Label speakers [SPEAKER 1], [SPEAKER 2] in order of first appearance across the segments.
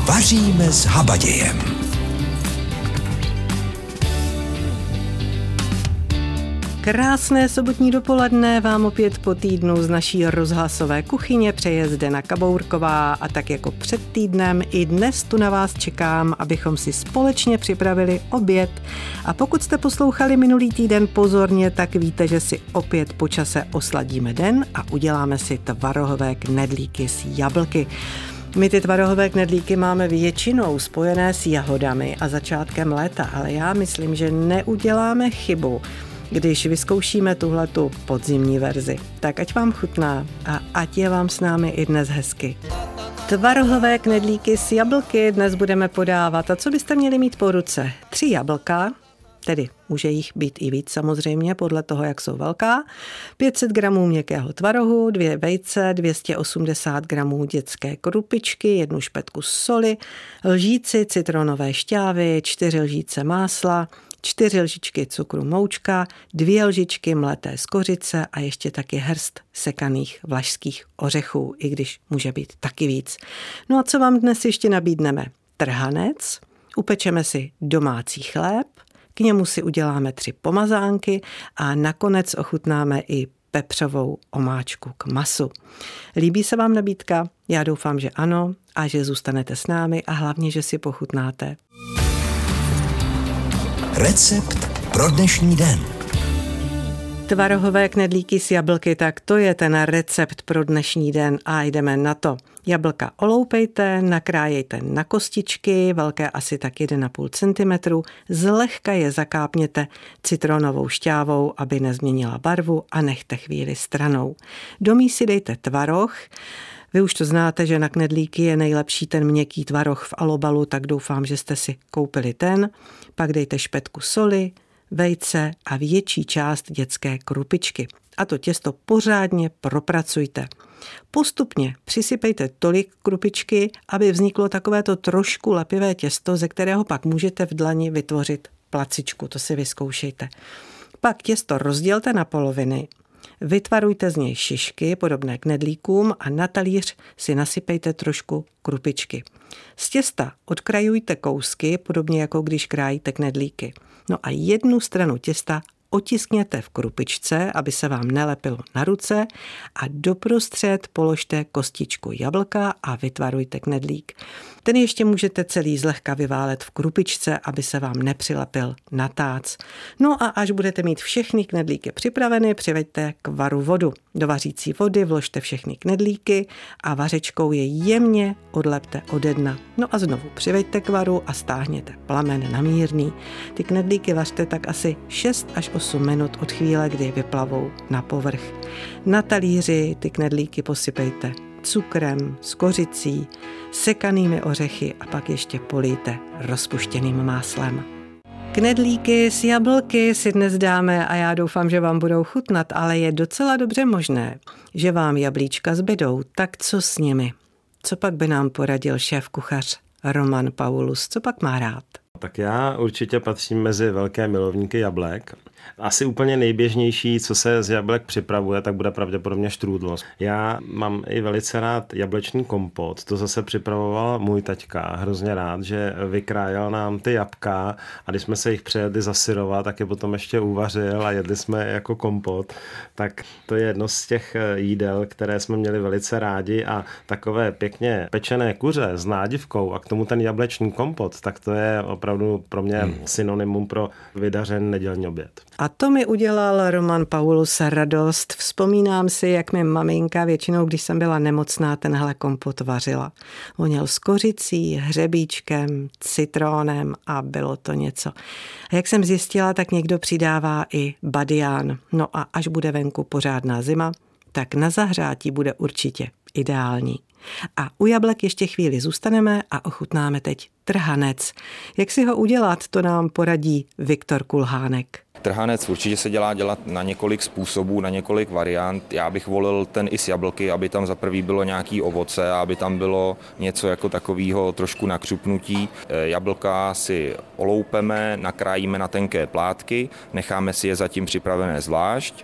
[SPEAKER 1] Vaříme s Habadějem.
[SPEAKER 2] Krásné sobotní dopoledne vám opět po týdnu z naší rozhlasové kuchyně přeje Zdena Kabourková a tak jako před týdnem i dnes tu na vás čekám, abychom si společně připravili oběd. A pokud jste poslouchali minulý týden pozorně, tak víte, že si opět po čase osladíme den a uděláme si tvarohové knedlíky s jablky. My ty tvarohové knedlíky máme většinou spojené s jahodami a začátkem léta, ale já myslím, že neuděláme chybu, když vyzkoušíme tuhletu podzimní verzi. Tak ať vám chutná a ať je vám s námi i dnes hezky. Tvarohové knedlíky s jablky dnes budeme podávat. A co byste měli mít po ruce? 3 jablka, tedy může jich být i víc samozřejmě, podle toho, jak jsou velká, 500 gramů měkkého tvarohu, 2 vejce, 280 gramů dětské krupičky, 1 špetku soli, lžíci citronové šťávy, 4 lžíce másla, 4 lžičky cukru moučka, 2 lžičky mleté z kořice a ještě taky hrst sekaných vlašských ořechů, i když může být taky víc. No a co vám dnes ještě nabídneme? Trhanec, upečeme si domácí chléb, k němu si uděláme 3 pomazánky a nakonec ochutnáme i pepřovou omáčku k masu. Líbí se vám nabídka? Já doufám, že ano a že zůstanete s námi a hlavně, že si pochutnáte.
[SPEAKER 1] Recept pro dnešní den.
[SPEAKER 2] Tvarohové knedlíky s jablky, tak to je ten recept pro dnešní den a jdeme na to. Jablka oloupejte, nakrájejte na kostičky, velké asi tak 1,5 cm, zlehka je zakápněte citronovou šťávou, aby nezměnila barvu a nechte chvíli stranou. Do mísy dejte tvaroh. Vy už to znáte, že na knedlíky je nejlepší ten měkký tvaroh v alobalu, tak doufám, že jste si koupili ten. Pak dejte špetku soli, vejce a větší část dětské krupičky. A to těsto pořádně propracujte. Postupně přisypejte tolik krupičky, aby vzniklo takovéto trošku lepivé těsto, ze kterého pak můžete v dlani vytvořit placičku. To si vyzkoušejte. Pak těsto rozdělte na poloviny. Vytvarujte z něj šišky, podobné knedlíkům a na talíř si nasypejte trošku krupičky. Z těsta odkrajujte kousky, podobně jako když krájíte knedlíky. No a jednu stranu těsta otiskněte v krupičce, aby se vám nelepilo na ruce a doprostřed položte kostičku jablka a vytvarujte knedlík. Ten ještě můžete celý zlehka vyválet v krupičce, aby se vám nepřilepil na tác. No a až budete mít všechny knedlíky připraveny, přiveďte k varu vodu. Do vařící vody vložte všechny knedlíky a vařečkou je jemně odlepte ode dna. No a znovu přiveďte k varu a stáhněte plamen na mírný. Ty knedlíky vařte tak asi 6 až 8 minut od chvíle, kdy vyplavou na povrch. Na talíři ty knedlíky posypejte cukrem, s kořicí, sekanými ořechy a pak ještě polijte rozpuštěným máslem. Knedlíky s jablky si dnes dáme a já doufám, že vám budou chutnat, ale je docela dobře možné, že vám jablíčka zbydou, tak co s nimi? Co pak by nám poradil šéf kuchař Roman Paulus? Co pak má rád?
[SPEAKER 3] Tak já určitě patřím mezi velké milovníky jablek. Asi úplně nejběžnější, co se z jablek připravuje, tak bude pravděpodobně štrůdlo. Já mám i velice rád jablečný kompot, to zase připravoval můj taťka, hrozně rád, že vykrájel nám ty jabka a když jsme se jich přejedli zasyrovat, tak je potom ještě uvařil a jedli jsme jako kompot. Tak to je jedno z těch jídel, které jsme měli velice rádi a takové pěkně pečené kuře s nádivkou a k tomu ten jablečný kompot, tak to je opravdu pro mě synonymum pro vydařený nedělní oběd.
[SPEAKER 2] A to mi udělal Roman Paulus radost. Vzpomínám si, jak mi maminka většinou, když jsem byla nemocná, tenhle kompot vařila. Voněl s kořicí, hřebíčkem, citrónem a bylo to něco. A jak jsem zjistila, tak někdo přidává i badián. No a až bude venku pořádná zima, tak na zahřátí bude určitě ideální. A u jablek ještě chvíli zůstaneme a ochutnáme teď trhanec. Jak si ho udělat, to nám poradí Viktor Kulhánek.
[SPEAKER 4] Trhanec určitě se dělat na několik způsobů, na několik variant. Já bych volil ten i s jablky, aby tam za prvý bylo nějaký ovoce, aby tam bylo něco jako takového trošku na křupnutí. Jablka si oloupeme, nakrájíme na tenké plátky, necháme si je zatím připravené zvlášť.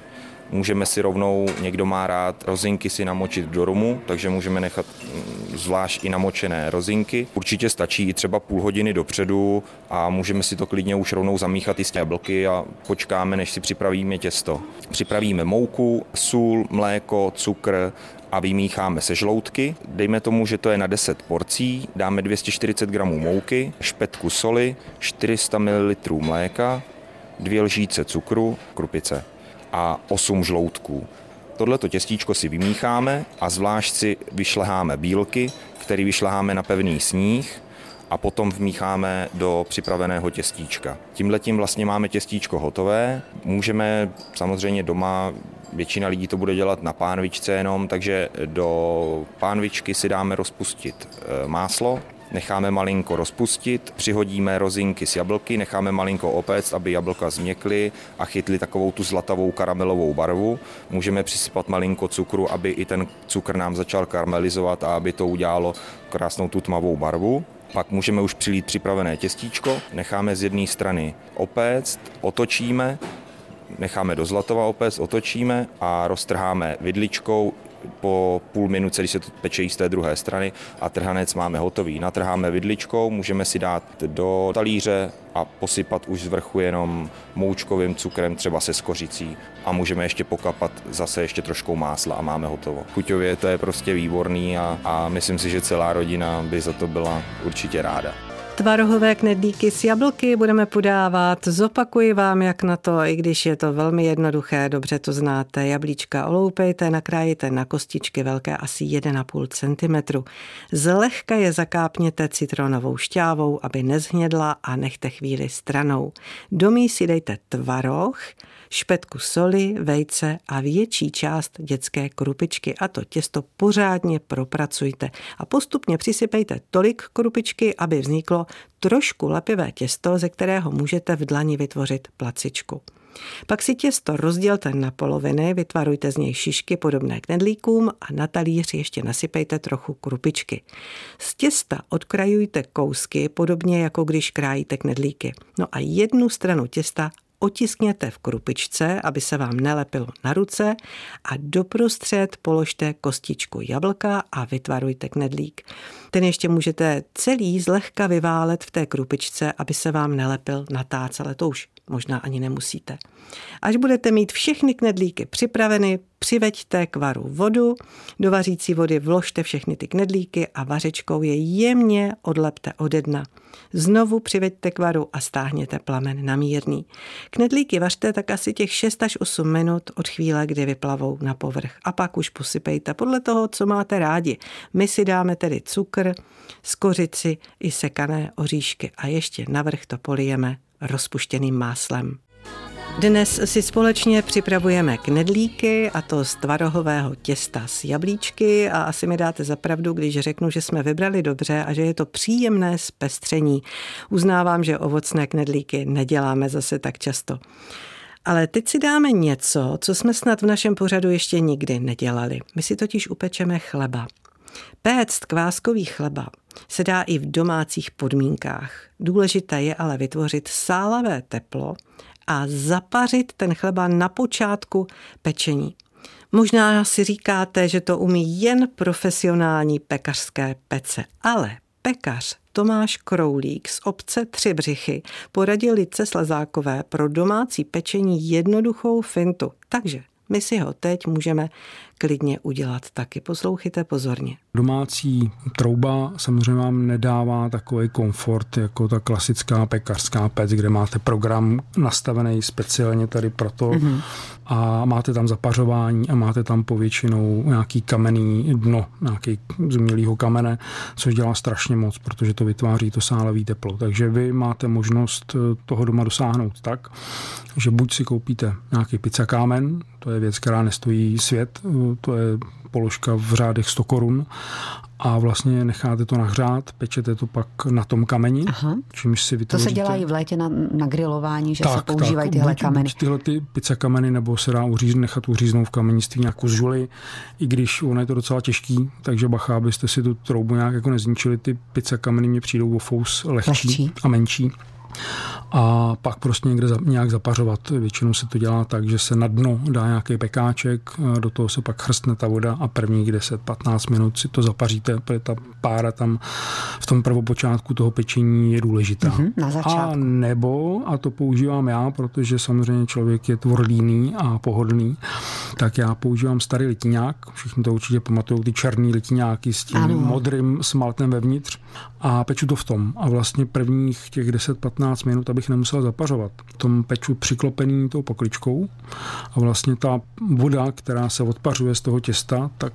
[SPEAKER 4] Můžeme si rovnou, někdo má rád rozinky si namočit do rumu, takže můžeme nechat zvlášť i namočené rozinky. Určitě stačí i třeba půl hodiny dopředu a můžeme si to klidně už rovnou zamíchat i z jablky a počkáme, než si připravíme těsto. Připravíme mouku, sůl, mléko, cukr a vymícháme se žloutky. Dejme tomu, že to je na 10 porcí, dáme 240 gramů mouky, špetku soli, 400 ml mléka, 2 lžíce cukru, krupice a 8 žloutků. Tohleto těstíčko si vymícháme a zvlášť si vyšleháme bílky, které vyšleháme na pevný sníh a potom vmícháme do připraveného těstíčka. Tímhletím vlastně máme těstíčko hotové. Můžeme samozřejmě doma, většina lidí to bude dělat na pánvičce jenom, takže do pánvičky si dáme rozpustit máslo, necháme malinko rozpustit, přihodíme rozinky s jablky, necháme malinko opéct, aby jablka změkly a chytly takovou tu zlatavou karamelovou barvu. Můžeme přisypat malinko cukru, aby i ten cukr nám začal karamelizovat a aby to udělalo krásnou tu tmavou barvu. Pak můžeme už přilít připravené těstíčko, necháme z jedné strany opéct, otočíme, necháme do zlatova opéct, otočíme a roztrháme vidličkou po půl minutce, když se to peče z té druhé strany a trhanec máme hotový. Natrháme vidličkou, můžeme si dát do talíře a posypat už z vrchu jenom moučkovým cukrem, třeba se skořicí a můžeme ještě pokapat zase ještě troškou másla a máme hotovo. Chuťově to je prostě výborný a myslím si, že celá rodina by za to byla určitě ráda.
[SPEAKER 2] Tvarohové knedlíky s jablky budeme podávat. Zopakuji vám, jak na to, i když je to velmi jednoduché, dobře to znáte. Jablíčka oloupejte, nakrájete na kostičky velké asi 1,5 cm. Zlehka je zakápněte citronovou šťávou, aby nezhnědla a nechte chvíli stranou. Do mísy dejte tvaroh, špetku soli, vejce a větší část dětské krupičky a to těsto pořádně propracujte a postupně přisypejte tolik krupičky, aby vzniklo trošku lapivé těsto, ze kterého můžete v dlani vytvořit placičku. Pak si těsto rozdělte na poloviny, vytvarujte z něj šišky podobné knedlíkům a na talíř ještě nasypejte trochu krupičky. Z těsta odkrajujte kousky, podobně jako když krájíte knedlíky. No a jednu stranu těsta otiskněte v krupičce, aby se vám nelepilo na ruce a doprostřed položte kostičku jablka a vytvarujte knedlík. Ten ještě můžete celý zlehka vyválet v té krupičce, aby se vám nelepil na tác, ale to už možná ani nemusíte. Až budete mít všechny knedlíky připraveny, přiveďte k varu vodu, do vařící vody vložte všechny ty knedlíky a vařečkou je jemně odlepte ode dna. Znovu přiveďte k varu a stáhněte plamen na mírný. Knedlíky vařte tak asi těch 6 až 8 minut od chvíle, kdy vyplavou na povrch a pak už posypejte podle toho, co máte rádi. My si dáme tedy cukr, skořici i sekané oříšky a ještě navrch to polijeme rozpuštěným máslem. Dnes si společně připravujeme knedlíky, a to z tvarohového těsta s jablíčky a asi mi dáte za pravdu, když řeknu, že jsme vybrali dobře a že je to příjemné zpestření. Uznávám, že ovocné knedlíky neděláme zase tak často. Ale teď si dáme něco, co jsme snad v našem pořadu ještě nikdy nedělali. My si totiž upečeme chleba. Péct kváskový chleba se dá i v domácích podmínkách. Důležité je ale vytvořit sálavé teplo a zapařit ten chleba na počátku pečení. Možná si říkáte, že to umí jen profesionální pekařské pece, ale pekař Tomáš Kroulík z obce Třibřichy poradil Lidce Slezákové pro domácí pečení jednoduchou fintu. Takže my si ho teď můžeme klidně udělat taky. Poslouchejte pozorně.
[SPEAKER 5] Domácí trouba samozřejmě vám nedává takový komfort jako ta klasická pekařská pec, kde máte program nastavený speciálně tady proto a máte tam zapařování a máte tam povětšinou nějaký kamenný dno, nějaký z umělého kamene, což dělá strašně moc, protože to vytváří to sálavý teplo. Takže vy máte možnost toho doma dosáhnout tak, že buď si koupíte nějaký pizzakámen, to je věc, která nestojí svět, to je položka v řádech 100 korun a vlastně necháte to nahřát, pečete to pak na tom kameni, čímž si vytvoříte.
[SPEAKER 6] To se dělá i v létě na grilování, že se používají tyhle kameny.
[SPEAKER 5] Buď tyhle ty pizza kameny, nebo se dá nechat uříznout v kamenictví nějakou žuli, i když ono je to docela těžký, takže bacha, abyste si tu troubu nějak jako nezničili, ty pizza kameny mě přijdou o fous lehčí a menší. a pak prostě někde nějak zapařovat. Většinou se to dělá tak, že se na dno dá nějaký pekáček, do toho se pak chrstne ta voda a prvních 10-15 minut si to zapaříte, protože ta pára tam v tom prvopočátku toho pečení je důležitá.
[SPEAKER 6] Na začátku.
[SPEAKER 5] A nebo, a to používám já, protože samozřejmě člověk je tvorlíný a pohodlný, tak já používám starý litíňák. Všichni to určitě pamatují, ty černý litíňáky s tím modrým smaltem vevnitř a peču to v tom. A vlastně prvních těch 10-15 minut, abych nemusel zapařovat. V tom peču přiklopený tou pokličkou a vlastně ta voda, která se odpařuje z toho těsta, tak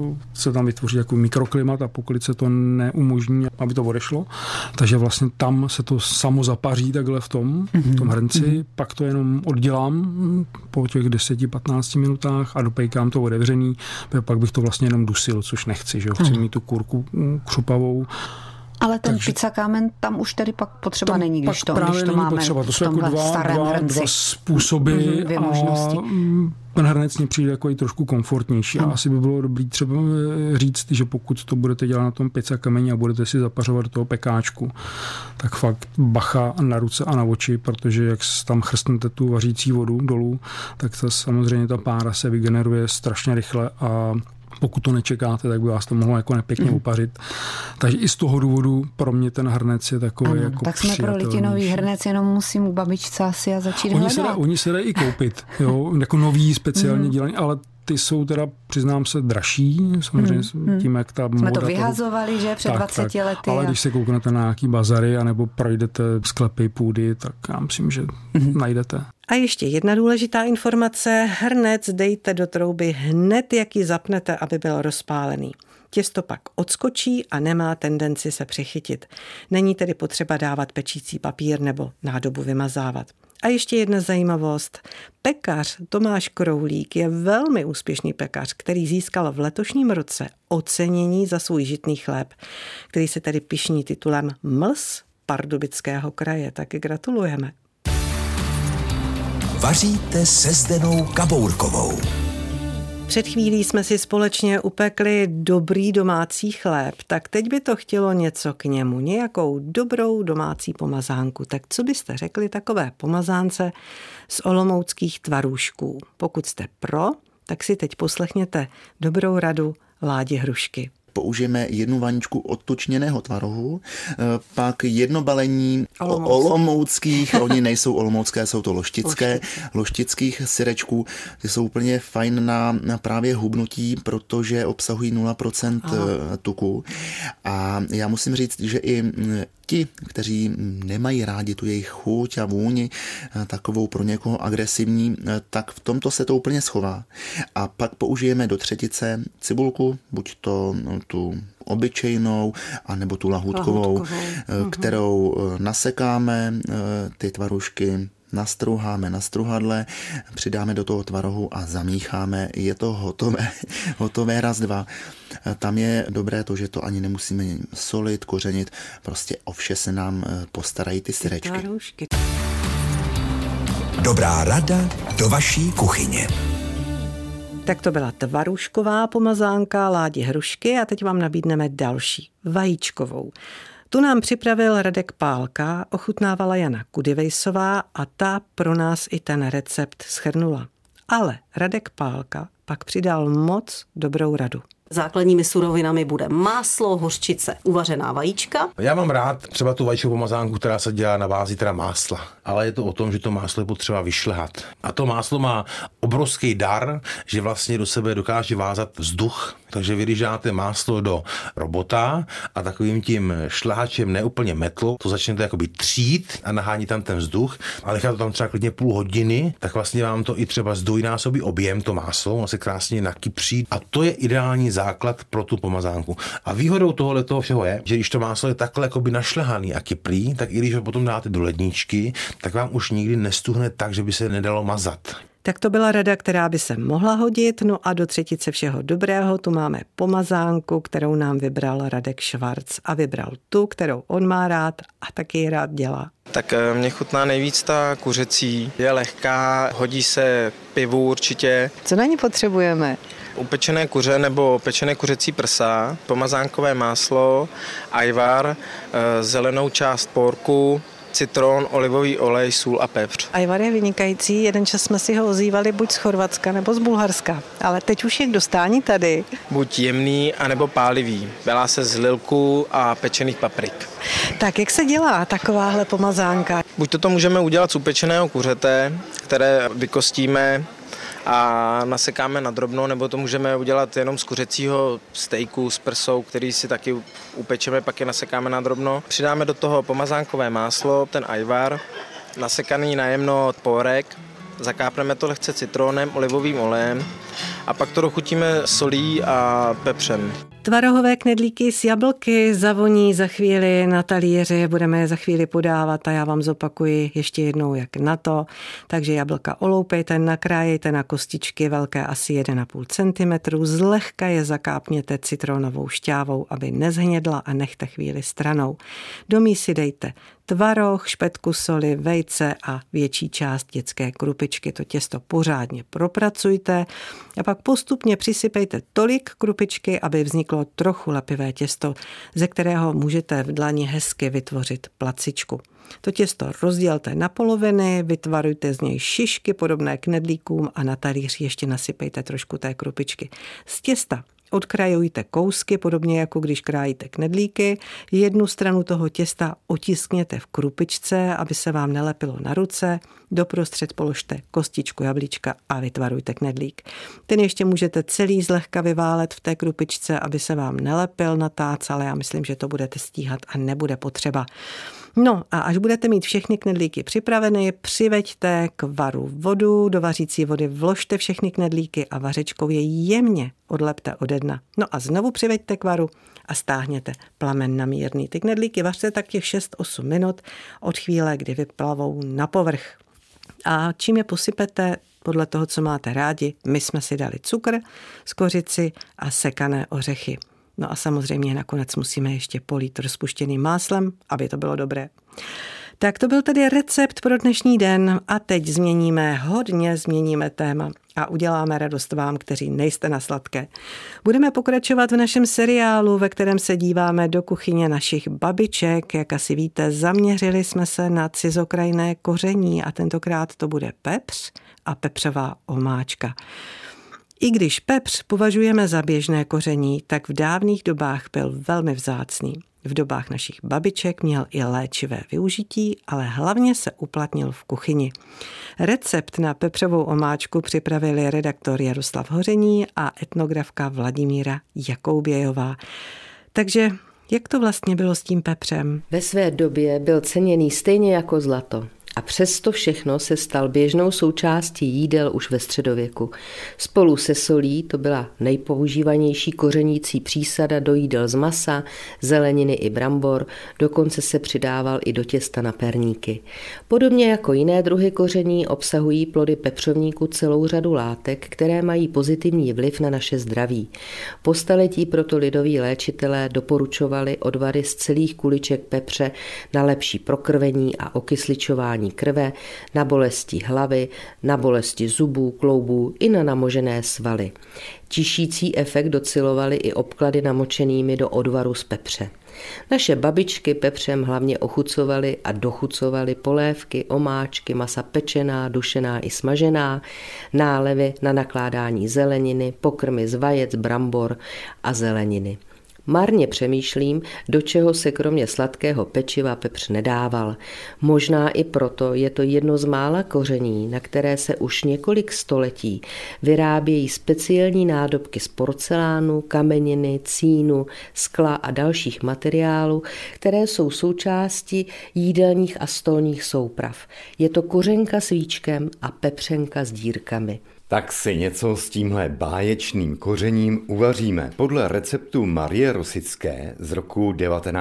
[SPEAKER 5] se tam vytvoří jako mikroklimat a poklice to neumožní, aby to odešlo. Takže vlastně tam se to samo zapaří takhle v tom hrnci, pak to jenom oddělám po těch 10-15 minutách a dopejkám to otevřený, pak bych to vlastně jenom dusil, což nechci, že chci mít tu kurku křupavou.
[SPEAKER 6] Ale ten pizza kámen tam už tedy pak potřeba není, když to máme
[SPEAKER 5] potřeba. To jsou jako dva způsoby
[SPEAKER 6] dvě možnosti.
[SPEAKER 5] Ten hrnec mě přijde jako i trošku komfortnější a asi by bylo dobrý třeba říct, že pokud to budete dělat na tom pizza kameni a budete si zapařovat do toho pekáčku, tak fakt bacha na ruce a na oči, protože jak tam chrstnete tu vařící vodu dolů, tak to samozřejmě ta pára se vygeneruje strašně rychle a pokud to nečekáte, tak by vás to mohlo jako nepěkně upařit. Takže i z toho důvodu pro mě ten hrnec je takový jako
[SPEAKER 6] tak jsme pro litinový hrnec, jenom musím u babičce asi a začít hledat.
[SPEAKER 5] Oni se dají i koupit, jo, jako nový speciálně dělaný, ale ty jsou teda, přiznám se, dražší, samozřejmě tím, jak ta moda...
[SPEAKER 6] Jsme to vyhazovali, že před 20 lety.
[SPEAKER 5] Ale když se kouknete na nějaký bazary anebo projdete sklepy, půdy, tak já myslím, že najdete.
[SPEAKER 2] A ještě jedna důležitá informace. Hrnec dejte do trouby hned, jak ji zapnete, aby byl rozpálený. Těsto pak odskočí a nemá tendenci se přichytit. Není tedy potřeba dávat pečící papír nebo nádobu vymazávat. A ještě jedna zajímavost. Pekař Tomáš Kroulík je velmi úspěšný pekař, který získal v letošním roce ocenění za svůj žitný chléb, který se tedy pyšní titulem Mls Pardubického kraje. Taky gratulujeme.
[SPEAKER 1] Vaříte se Zdenou Kabourkovou.
[SPEAKER 2] Před chvílí jsme si společně upekli dobrý domácí chléb, tak teď by to chtělo něco k němu, nějakou dobrou domácí pomazánku. Tak co byste řekli takové pomazánce z olomouckých tvarůžků? Pokud jste pro, tak si teď poslechněte dobrou radu Ládi Hrušky.
[SPEAKER 7] Použijeme jednu vaničku odtučněného tvarohu, pak jedno balení olomouckých, oni nejsou olomoucké, jsou to loštických syrečků, ty jsou úplně fajn na právě hubnutí, protože obsahují 0% tuku. A já musím říct, že i ti, kteří nemají rádi tu jejich chuť a vůni, takovou pro někoho agresivní, tak v tomto se to úplně schová. A pak použijeme do třetice cibulku, buď to tu obyčejnou, anebo tu lahůdkovou, kterou nasekáme, ty tvarušky nastrouháme na struhadle, přidáme do toho tvarohu a zamícháme. Je to hotové raz, dva. Tam je dobré to, že to ani nemusíme solit, kořenit, prostě o vše se nám postarají ty syrečky.
[SPEAKER 1] Dobrá rada do vaší kuchyně.
[SPEAKER 2] Tak to byla tvarůžková pomazánka Ládi Hrušky a teď vám nabídneme další, vajíčkovou. Tu nám připravil Radek Pálka, ochutnávala Jana Kudivejsová a ta pro nás i ten recept shrnula. Ale Radek Pálka pak přidal moc dobrou radu.
[SPEAKER 8] Základními surovinami bude máslo, hořčice, uvařená vajíčka.
[SPEAKER 9] Já mám rád třeba tu vajíčkovou pomazánku, která se dělá na bázi teda másla, ale je to o tom, že to máslo je potřeba vyšlehat. A to máslo má obrovský dar, že vlastně do sebe dokáže vázat vzduch. Takže vy, když dáte máslo do robota a takovým tím šlehačem neúplně metl, to začnete jakoby třít a nahání tam ten vzduch, ale necháte to tam třeba klidně půl hodiny, tak vlastně vám to i třeba zdvojnásobí objem to máslo, on se krásně nakypří a to je ideální základ pro tu pomazánku. A výhodou tohoto všeho je, že když to máslo je takhle jakoby našlehaný a kyplý, tak i když ho potom dáte do ledničky, tak vám už nikdy nestuhne tak, že by se nedalo mazat.
[SPEAKER 2] Tak to byla rada, která by se mohla hodit. No a do třetice všeho dobrého tu máme pomazánku, kterou nám vybral Radek Švarc a vybral tu, kterou on má rád a taky ji rád dělá.
[SPEAKER 10] Tak mě chutná nejvíc ta kuřecí. Je lehká, hodí se pivu určitě.
[SPEAKER 2] Co na ní potřebujeme?
[SPEAKER 10] Upečené kuře nebo pečené kuřecí prsa, pomazánkové máslo, ajvar, zelenou část porku, citron, olivový olej, sůl a pepř.
[SPEAKER 2] Ajvar je vynikající, jeden čas jsme si ho ozývali buď z Chorvatska nebo z Bulharska, ale teď už je k dostání tady.
[SPEAKER 10] Buď jemný, anebo pálivý. Dělá se z lilku a pečených paprik.
[SPEAKER 2] Tak jak se dělá takováhle pomazánka?
[SPEAKER 10] Buď to můžeme udělat z upečeného kuřete, které vykostíme a nasekáme na drobno, nebo to můžeme udělat jenom z kuřecího stejku s prsou, který si taky upečeme, pak je nasekáme na drobno. Přidáme do toho pomazánkové máslo, ten ajvar, nasekaný najemno pórek, zakápneme to lehce citronem, olivovým olejem a pak to dochutíme solí a pepřem.
[SPEAKER 2] Tvarohové knedlíky z jablky zavoní za chvíli na talíři, budeme je za chvíli podávat a já vám zopakuji ještě jednou, jak na to. Takže jablka oloupejte, nakrájejte na kostičky velké asi 1,5 cm, zlehka je zakápněte citronovou šťávou, aby nezhnědla a nechte chvíli stranou. Do mísy dejte tvaroh, špetku soli, vejce a větší část dětské krupičky. To těsto pořádně propracujte a pak postupně přisypejte tolik krupičky, aby vzniklo trochu lapivé těsto, ze kterého můžete v dlani hezky vytvořit placičku. To těsto rozdělte na poloviny, vytvarujte z něj šišky podobné knedlíkům a na talíř ještě nasypejte trošku té krupičky. Z těsta odkrajujte kousky, podobně jako když krájíte knedlíky. Jednu stranu toho těsta otiskněte v krupičce, aby se vám nelepilo na ruce. Doprostřed položte kostičku jablíčka a vytvarujte knedlík. Ten ještě můžete celý zlehka vyválet v té krupičce, aby se vám nelepil na tác, ale já myslím, že to budete stíhat a nebude potřeba. No a až budete mít všechny knedlíky připraveny, přiveďte k varu vodu, do vařící vody vložte všechny knedlíky a vařečkou je jemně odlepte ode dna. No a znovu přiveďte k varu a stáhněte plamen na mírný. Ty knedlíky vařte tak těch 6-8 minut od chvíle, kdy vyplavou na povrch. A čím je posypete, podle toho, co máte rádi, my jsme si dali cukr, skořici a sekané ořechy. No a samozřejmě nakonec musíme ještě polít rozpuštěným máslem, aby to bylo dobré. Tak to byl tedy recept pro dnešní den a teď hodně změníme téma a uděláme radost vám, kteří nejste na sladké. Budeme pokračovat v našem seriálu, ve kterém se díváme do kuchyně našich babiček. Jak asi víte, zaměřili jsme se na cizokrajné koření a tentokrát to bude pepř a pepřová omáčka. I když pepř považujeme za běžné koření, tak v dávných dobách byl velmi vzácný. V dobách našich babiček měl i léčivé využití, ale hlavně se uplatnil v kuchyni. Recept na pepřovou omáčku připravili redaktor Jaroslav Hoření a etnografka Vladimíra Jakoubějová. Takže jak to vlastně bylo s tím pepřem?
[SPEAKER 11] Ve své době byl ceněný stejně jako zlato. A přesto všechno se stal běžnou součástí jídel už ve středověku. Spolu se solí to byla nejpoužívanější kořenící přísada do jídel z masa, zeleniny i brambor, dokonce se přidával i do těsta na perníky. Podobně jako jiné druhy koření obsahují plody pepřovníku celou řadu látek, které mají pozitivní vliv na naše zdraví. Po staletí proto lidoví léčitelé doporučovali odvary z celých kuliček pepře na lepší prokrvení a okysličování krve, na bolesti hlavy, na bolesti zubů, kloubů i na namožené svaly. Tišící efekt docilovaly i obklady namočenými do odvaru z pepře. Naše babičky pepřem hlavně ochucovaly a dochucovaly polévky, omáčky, masa pečená, dušená i smažená, nálevy na nakládání zeleniny, pokrmy z vajec, brambor a zeleniny. Marně přemýšlím, do čeho se kromě sladkého pečiva pepř nedával. Možná i proto je to jedno z mála koření, na které se už několik století vyrábějí speciální nádobky z porcelánu, kameniny, cínu, skla a dalších materiálů, které jsou součástí jídelních a stolních souprav. Je to kořenka s víčkem a pepřenka s dírkami.
[SPEAKER 12] Tak si něco s tímhle báječným kořením uvaříme podle receptu Marie Rosické z roku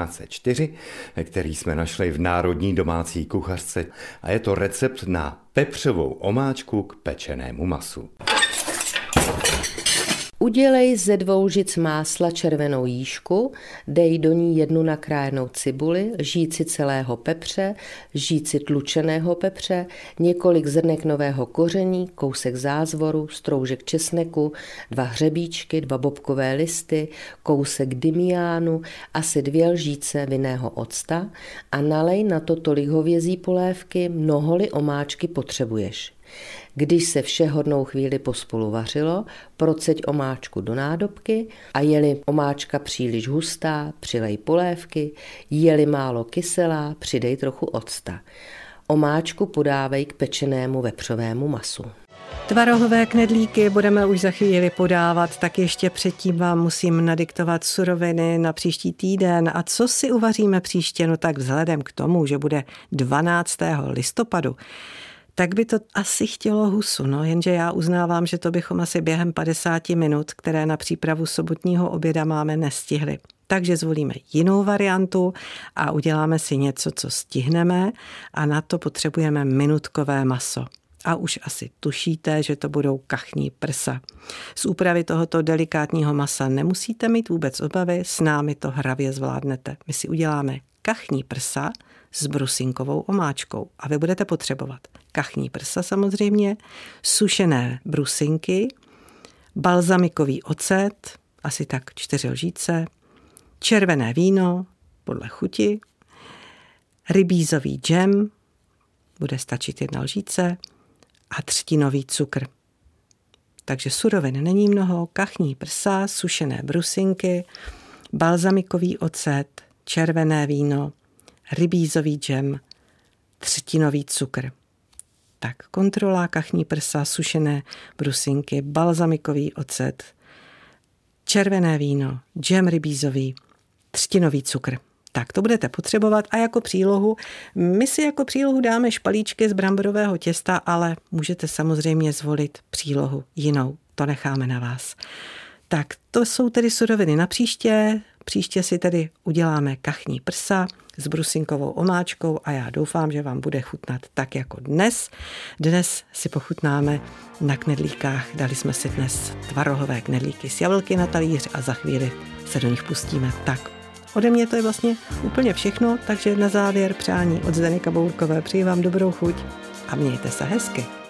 [SPEAKER 12] 1904, který jsme našli v Národní domácí kuchařce, a je to recept na pepřovou omáčku k pečenému masu.
[SPEAKER 11] Udělej ze 2 lžic másla červenou jížku, dej do ní 1 nakrájenou cibuli, lžíci celého pepře, lžíci tlučeného pepře, několik zrnek nového koření, kousek zázvoru, stroužek česneku, 2 hřebíčky, 2 bobkové listy, kousek dymiánu, asi 2 lžíce vinného octa a nalej na to tolik hovězí polévky, mnoho-li omáčky potřebuješ. Když se vše hodnou chvíli pospolu vařilo, proceď omáčku do nádobky a je-li omáčka příliš hustá, přilej polévky, je-li málo kyselá, přidej trochu octa. Omáčku podávej k pečenému vepřovému masu.
[SPEAKER 2] Tvarohové knedlíky budeme už za chvíli podávat, tak ještě předtím vám musím nadiktovat suroviny na příští týden. A co si uvaříme příště? No tak vzhledem k tomu, že bude 12. listopadu, tak by to asi chtělo husu, no jenže já uznávám, že to bychom asi během 50 minut, které na přípravu sobotního oběda máme, nestihli. Takže zvolíme jinou variantu a uděláme si něco, co stihneme a na to potřebujeme minutkové maso. A už asi tušíte, že to budou kachní prsa. Z úpravy tohoto delikátního masa nemusíte mít vůbec obavy, s námi to hravě zvládnete. My si uděláme kachní prsa s brusinkovou omáčkou a vy budete potřebovat kachní prsa samozřejmě, sušené brusinky, balzamikový ocet, asi tak 4 lžíce, červené víno podle chuti, rybízový džem, bude stačit 1 lžíce a 3tinový cukr. Takže surovin není mnoho, kachní prsa, sušené brusinky, balzamikový ocet, červené víno, rybízový džem, 3tinový cukr. Tak kontrola: kachní prsa, sušené brusinky, balzamikový ocet, červené víno, džem rybízový, 3tinový cukr. Tak to budete potřebovat a jako přílohu, my si jako přílohu dáme špalíčky z bramborového těsta, ale můžete samozřejmě zvolit přílohu jinou, to necháme na vás. Tak to jsou tedy suroviny na příště. Příště si tedy uděláme kachní prsa s brusinkovou omáčkou a já doufám, že vám bude chutnat tak jako dnes. Dnes si pochutnáme na knedlíkách. Dali jsme si dnes tvarohové knedlíky s jablky na talíř a za chvíli se do nich pustíme. Tak ode mě to je vlastně úplně všechno, takže na závěr přání od Zdeny Kabourkové. Přeji vám dobrou chuť a mějte se hezky.